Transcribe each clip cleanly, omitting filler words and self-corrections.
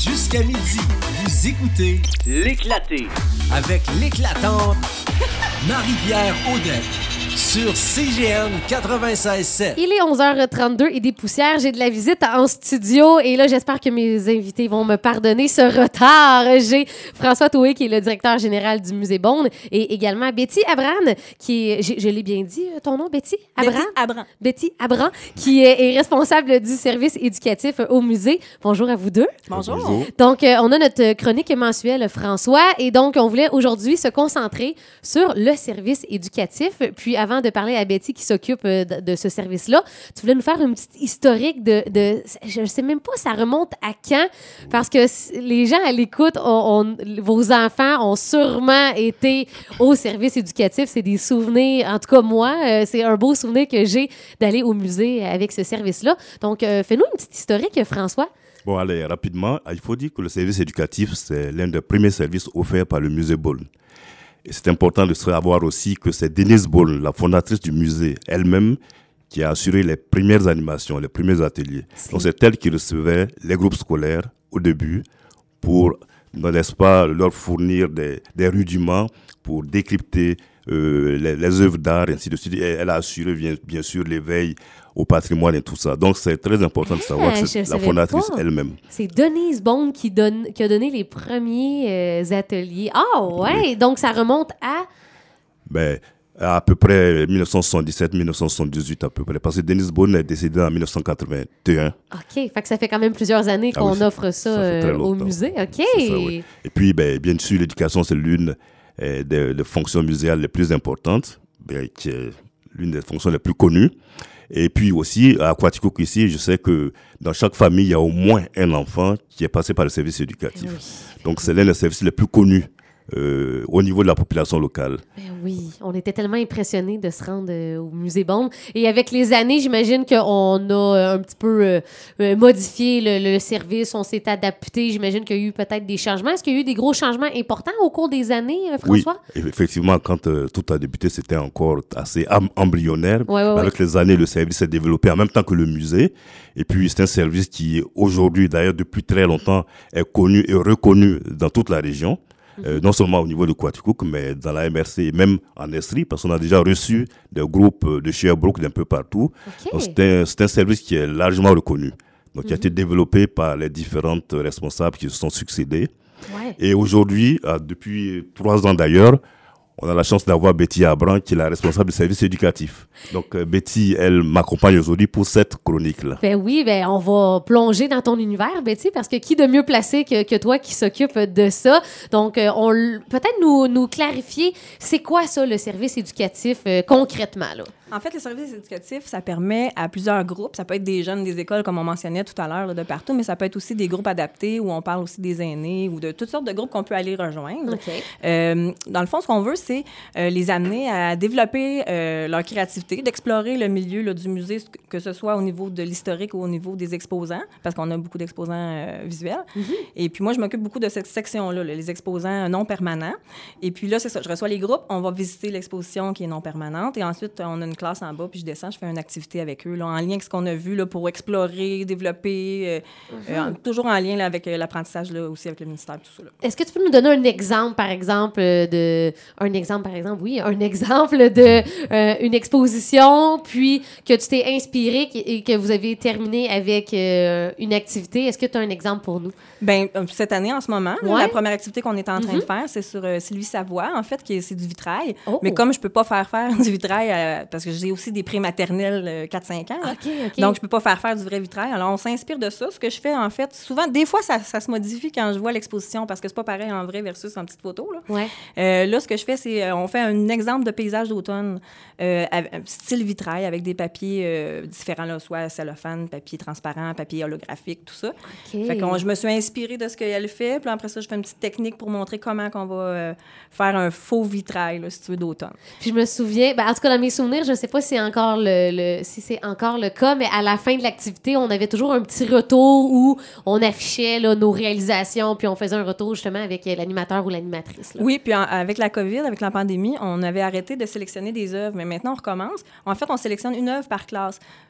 Jusqu'à midi, vous écoutez L'éclaté avec l'éclatante Marie-Pierre Audette sur CGM 96.7. Il est 11h32 et des poussières. J'ai de la visite en studio et là, j'espère que mes invités vont me pardonner ce retard. J'ai François Toué, qui est le directeur général du Musée Beaune, et également Betty Abran, qui est... Je l'ai bien dit, ton nom, Betty? Abran? Betty Abran, qui est responsable du service éducatif au musée. Bonjour à vous deux. Bonjour. Donc, on a notre chronique mensuelle, François, et donc, on voulait aujourd'hui se concentrer sur le service éducatif. Puis, avant de parler à Betty qui s'occupe de ce service-là, tu voulais nous faire une petite historique de je ne sais même pas, ça remonte à quand, parce que les gens à l'écoute, vos enfants ont sûrement été au service éducatif. C'est des souvenirs, en tout cas moi, c'est un beau souvenir que j'ai d'aller au musée avec ce service-là. Donc, fais-nous une petite historique, François. Bon, allez, rapidement, il faut dire que le service éducatif, c'est l'un des premiers services offerts par le musée Beaune. Et c'est important de savoir aussi que c'est Denise Beaune, la fondatrice du musée elle-même, qui a assuré les premières animations, les premiers ateliers. Donc c'est elle qui recevait les groupes scolaires au début pour, n'est-ce pas, leur fournir des rudiments pour décrypter les œuvres d'art, et ainsi de suite. Et elle a assuré bien sûr l'éveil au patrimoine et tout ça. Donc, c'est très important de savoir que c'est la fondatrice elle-même. C'est Denise Beaune qui a donné les premiers ateliers. Ah, ouais! Oui. Donc, ça remonte à... Ben, à peu près 1977-1978 à peu près. Parce que Denise Beaune est décédée en 1981. OK. Fait que ça fait quand même plusieurs années qu'on offre ça au musée. OK. Ça, oui. Et puis, ben, bien sûr, l'éducation, c'est l'une des fonctions muséales les plus importantes, qui est l'une des fonctions les plus connues. Et puis aussi, à Quaticook ici, je sais que dans chaque famille, il y a au moins un enfant qui est passé par le service éducatif. Oui. Donc, c'est l'un des services les plus connus au niveau de la population locale. Ben oui, on était tellement impressionnés de se rendre au musée Beaune. Et avec les années, j'imagine qu'on a un petit peu modifié le service, on s'est adapté. J'imagine qu'il y a eu peut-être des changements. Est-ce qu'il y a eu des gros changements importants au cours des années, François? Oui, effectivement, quand tout a débuté, c'était encore assez embryonnaire. Ouais, avec les années, le service s'est développé en même temps que le musée. Et puis, c'est un service qui, aujourd'hui, d'ailleurs, depuis très longtemps, est connu et reconnu dans toute la région. Non seulement au niveau de Quaticook, mais dans la MRC et même en Estrie, parce qu'on a déjà reçu des groupes de Sherbrooke d'un peu partout. Okay. Donc c'est un service qui est largement reconnu, donc qui a été développé par les différentes responsables qui se sont succédés. Ouais. Et aujourd'hui, depuis 3 ans d'ailleurs, on a la chance d'avoir Betty Abran, qui est la responsable du service éducatif. Donc, Betty, elle m'accompagne aujourd'hui pour cette chronique-là. Ben oui, ben on va plonger dans ton univers, Betty, parce que qui de mieux placé que toi qui s'occupe de ça? Donc, peut-être nous clarifier, c'est quoi ça, le service éducatif, concrètement, là? En fait, le service éducatif, ça permet à plusieurs groupes. Ça peut être des jeunes des écoles, comme on mentionnait tout à l'heure, là, de partout, mais ça peut être aussi des groupes adaptés où on parle aussi des aînés ou de toutes sortes de groupes qu'on peut aller rejoindre. Okay. Dans le fond, ce qu'on veut, c'est les amener à développer leur créativité, d'explorer le milieu là, du musée, que ce soit au niveau de l'historique ou au niveau des exposants, parce qu'on a beaucoup d'exposants visuels. Mm-hmm. Et puis moi, je m'occupe beaucoup de cette section-là, les exposants non permanents. Et puis là, c'est ça, je reçois les groupes, on va visiter l'exposition qui est non permanente, et ensuite, on a une classe en bas, puis je descends, je fais une activité avec eux, là, en lien avec ce qu'on a vu là, pour explorer, développer, toujours en lien là, avec l'apprentissage là, aussi avec le ministère, tout ça. Là. Est-ce que tu peux nous donner un exemple, par exemple, un exemple de une exposition, puis que tu t'es inspiré et que vous avez terminé avec une activité? Est-ce que tu as un exemple pour nous? Bien, cette année, en ce moment, là, la première activité qu'on est en train de faire, c'est sur Sylvie Savoie, en fait, c'est du vitrail. Oh. Mais comme je peux pas faire du vitrail, parce que j'ai aussi des prématernelles 4-5 ans, okay. Donc je peux pas faire du vrai vitrail. Alors, on s'inspire de ça. Ce que je fais, en fait, souvent, des fois, ça se modifie quand je vois l'exposition, parce que c'est pas pareil en vrai versus en petite photo. Là, là ce que je fais, c'est on fait un exemple de paysage d'automne, style vitrail, avec des papiers différents, là, soit cellophane, papier transparent, papier holographique, tout ça. Okay. Fait que je me suis inspirée de ce qu'elle fait. Puis après ça, je fais une petite technique pour montrer comment on va faire un faux vitrail, là, si tu veux, d'automne. Puis je me souviens, en tout cas, dans mes souvenirs, je ne sais pas si c'est encore le cas, mais à la fin de l'activité, on avait toujours un petit retour où on affichait là, nos réalisations, puis on faisait un retour justement avec l'animateur ou l'animatrice. Là. Oui, puis avec la COVID, avec la pandémie, on avait arrêté de sélectionner des œuvres, mais maintenant on recommence. En fait, on sélectionne une œuvre par classe.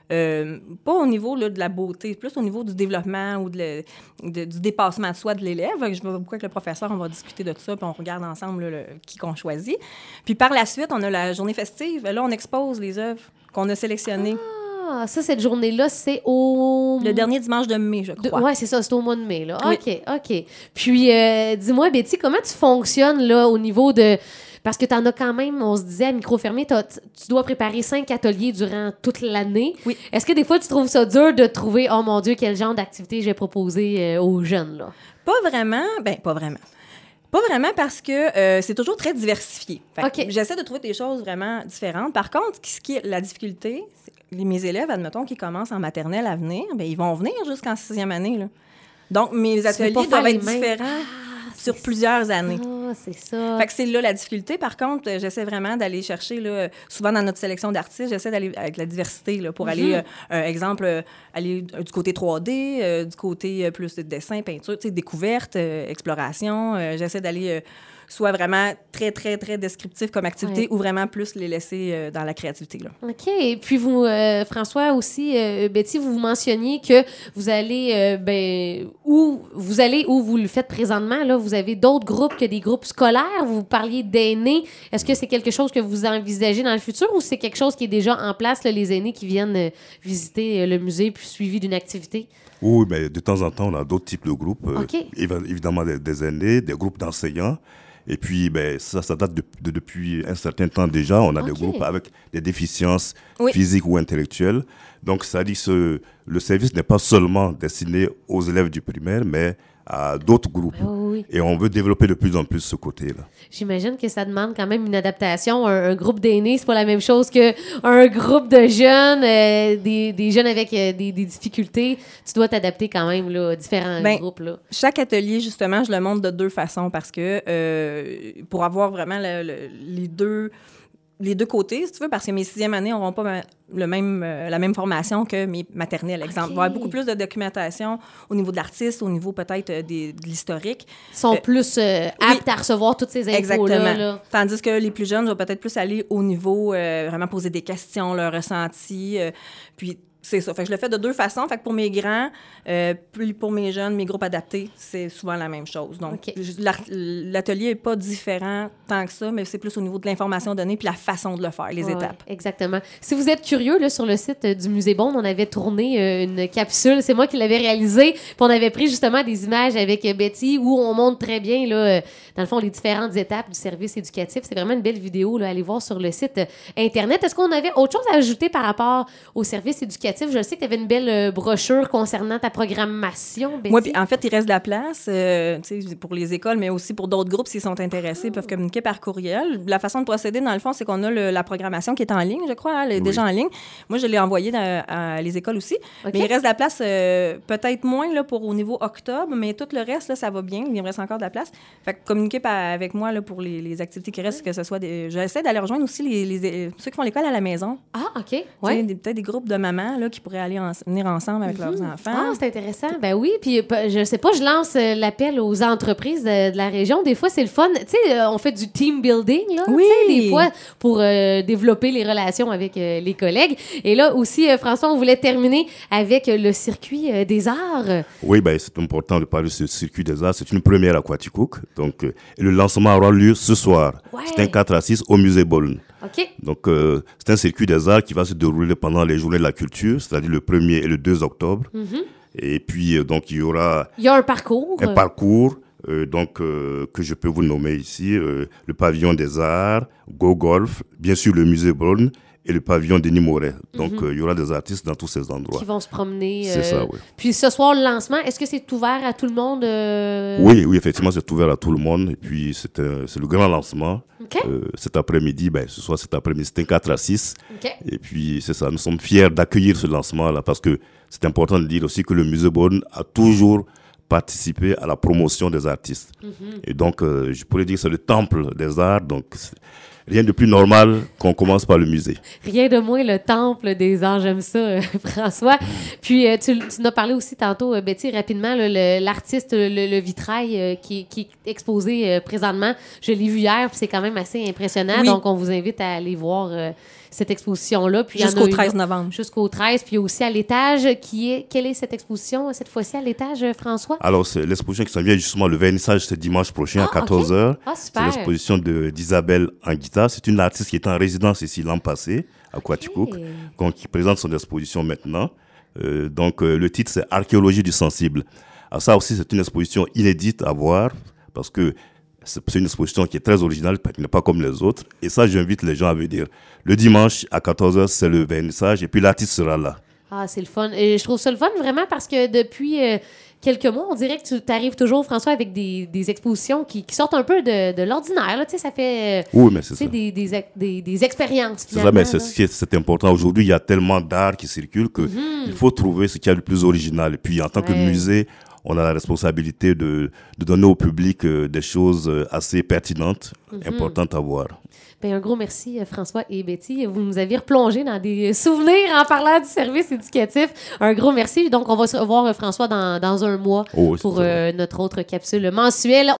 pas au niveau là, de la beauté, plus au niveau du développement ou du dépassement de soi de l'élève. Je vais beaucoup avec le professeur, on va discuter de ça, puis on regarde ensemble là, qui qu'on choisit. Puis par la suite, on a la journée festive. Là, on expose les œuvres qu'on a sélectionnées. Ah, ça, cette journée-là, c'est au... Le dernier dimanche de mai, je crois. Oui, c'est ça, c'est au mois de mai. Là. Oui. OK. Puis, dis-moi, Betty, comment tu fonctionnes là, au niveau de... Parce que tu en as quand même, on se disait, à micro fermé, tu dois préparer 5 ateliers durant toute l'année. Oui. Est-ce que des fois, tu trouves ça dur de trouver, oh mon Dieu, quel genre d'activité je vais proposer aux jeunes? Là? Pas vraiment. Ben, pas vraiment. Pas vraiment parce que c'est toujours très diversifié. Fait que j'essaie de trouver des choses vraiment différentes. Par contre, ce qui est la difficulté, mes élèves, admettons, qui commencent en maternelle à venir, bien, ils vont venir jusqu'en 6e année. Là. Donc, mes ateliers doivent être différents sur plusieurs années. Ah, c'est ça. Fait que c'est là la difficulté. Par contre, j'essaie vraiment d'aller chercher, là, souvent dans notre sélection d'artistes, j'essaie d'aller avec la diversité là, pour aller, exemple, aller du côté 3D, du côté plus de dessin, peinture, découverte, exploration. J'essaie d'aller soit vraiment très, très, très descriptif comme activité ou vraiment plus les laisser dans la créativité. Là. OK. Et puis, vous, François aussi, Betty, vous mentionniez que vous allez, où vous le faites présentement, là, vous avez d'autres groupes que des groupes scolaires. Vous parliez d'aînés. Est-ce que c'est quelque chose que vous envisagez dans le futur ou c'est quelque chose qui est déjà en place, là, les aînés qui viennent visiter le musée puis suivi d'une activité? Oui, mais de temps en temps, on a d'autres types de groupes. OK. Évidemment, des aînés, des groupes d'enseignants. Et puis, ça date depuis un certain temps déjà. On a des groupes avec des déficiences physiques ou intellectuelles. Donc, ça dit que le service n'est pas seulement destiné aux élèves du primaire, mais à d'autres groupes. Oui. Et on veut développer de plus en plus ce côté-là. J'imagine que ça demande quand même une adaptation. Un groupe d'aînés, c'est pas la même chose qu'un groupe de jeunes, des jeunes avec des difficultés. Tu dois t'adapter quand même là, à différents groupes. Là. Chaque atelier, justement, je le montre de 2 façons parce que pour avoir vraiment les deux côtés, si tu veux, parce que mes 6e années n'auront pas la même formation que mes maternelles, exemple. Il va y avoir beaucoup plus de documentation au niveau de l'artiste, au niveau peut-être de l'historique. Ils sont plus aptes à recevoir toutes ces infos-là. Exactement. Là. Tandis que les plus jeunes vont peut-être plus aller au niveau, vraiment poser des questions, leurs ressentis, puis c'est ça. Fait que je le fais de 2 façons. Fait que pour mes grands, puis pour mes jeunes, mes groupes adaptés, c'est souvent la même chose. Donc, l'atelier n'est pas différent tant que ça, mais c'est plus au niveau de l'information donnée puis la façon de le faire, les étapes. Exactement. Si vous êtes curieux, là, sur le site du Musée Bond, on avait tourné une capsule. C'est moi qui l'avais réalisée. Puis on avait pris justement des images avec Betty où on montre très bien, là, dans le fond, les différentes étapes du service éducatif. C'est vraiment une belle vidéo. Là, allez voir sur le site Internet. Est-ce qu'on avait autre chose à ajouter par rapport au service éducatif? Je sais que tu avais une belle brochure concernant ta programmation, Betty. Oui, puis en fait, il reste de la place pour les écoles, mais aussi pour d'autres groupes, s'ils sont intéressés, ils peuvent communiquer par courriel. La façon de procéder, dans le fond, c'est qu'on a la programmation qui est en ligne, je crois, elle est déjà en ligne. Moi, je l'ai envoyée à les écoles aussi. Mais il reste de la place, peut-être moins là, au niveau octobre, mais tout le reste, là, ça va bien. Il me reste encore de la place. Fait que communiquer avec moi là, pour les activités qui restent, que ce soit j'essaie d'aller rejoindre aussi ceux qui font l'école à la maison. Ah, OK. Ouais. Peut-être des groupes de mamans là, qui pourraient aller venir ensemble avec leurs enfants. Ah, c'est intéressant. Ben oui, puis je sais pas, je lance l'appel aux entreprises de la région. Des fois, c'est le fun. Tu sais, on fait du team building, là. Oui. Tu sais, des fois, pour développer les relations avec les collègues. Et là aussi, François, on voulait terminer avec le circuit des arts. Oui, c'est important de parler de ce circuit des arts. C'est une première à Quaticook. Donc, et le lancement aura lieu ce soir. Ouais. C'est un 4 à 6 au Musée Ball. OK. Donc, c'est un circuit des arts qui va se dérouler pendant les journées de la culture, c'est-à-dire le 1er et le 2 octobre. Et puis, donc, il y aura... Il y a un parcours. Un parcours, que je peux vous nommer ici. Le pavillon des arts, Go Golf, bien sûr le Musée Ball et le pavillon Denis Moret. Donc, il y aura des artistes dans tous ces endroits. Qui vont se promener. C'est ça, oui. Puis ce soir, le lancement, est-ce que c'est ouvert à tout le monde? Oui, effectivement, c'est ouvert à tout le monde. Et puis, c'est le grand lancement. OK. Cet après-midi, ce soir, cet après-midi, c'est un 4 à 6. OK. Et puis, c'est ça, nous sommes fiers d'accueillir ce lancement-là parce que c'est important de dire aussi que le Musée Ball a toujours participé à la promotion des artistes. Et donc, je pourrais dire que c'est le temple des arts. Donc, rien de plus normal qu'on commence par le musée. Rien de moins le temple des arts, j'aime ça, François. Puis, tu en as parlé aussi tantôt, Betty, rapidement, là, l'artiste, le vitrail qui est exposé présentement. Je l'ai vu hier, puis c'est quand même assez impressionnant. Oui. Donc, on vous invite à aller voir cette exposition-là. Puis il y en a Jusqu'au une 13 autre. novembre. Jusqu'au 13. Puis aussi à l'étage, quelle est cette exposition, cette fois-ci à l'étage, François? Alors, c'est l'exposition qui s'en vient justement, le vernissage, c'est dimanche prochain à 14h. Ah, C'est super. l'exposition d'Isabelle Anguita. C'est une artiste qui était en résidence ici l'an passé, à Quaticook, qui présente son exposition maintenant. Le titre, c'est Archéologie du sensible. Alors ça aussi, c'est une exposition inédite à voir, parce que c'est une exposition qui est très originale, qui n'est pas comme les autres. Et ça, j'invite les gens à venir. Le dimanche, à 14h, c'est le vernissage, et puis l'artiste sera là. Ah, c'est le fun. Et je trouve ça le fun vraiment parce que depuis quelques mois, on dirait que tu arrives toujours, François, avec des expositions qui sortent un peu de l'ordinaire. Là. Tu sais, ça fait Oui, mais c'est ça. des expériences. C'est ça, mais c'est important. Aujourd'hui, il y a tellement d'art qui circule qu'il faut trouver ce qu'il y a de plus original. Et puis, en tant que musée, on a la responsabilité de donner au public des choses assez pertinentes, importantes à voir. Bien, un gros merci, François et Betty. Vous nous aviez replongé dans des souvenirs en parlant du service éducatif. Un gros merci. Donc, on va se revoir, François, dans un mois pour notre autre capsule mensuelle.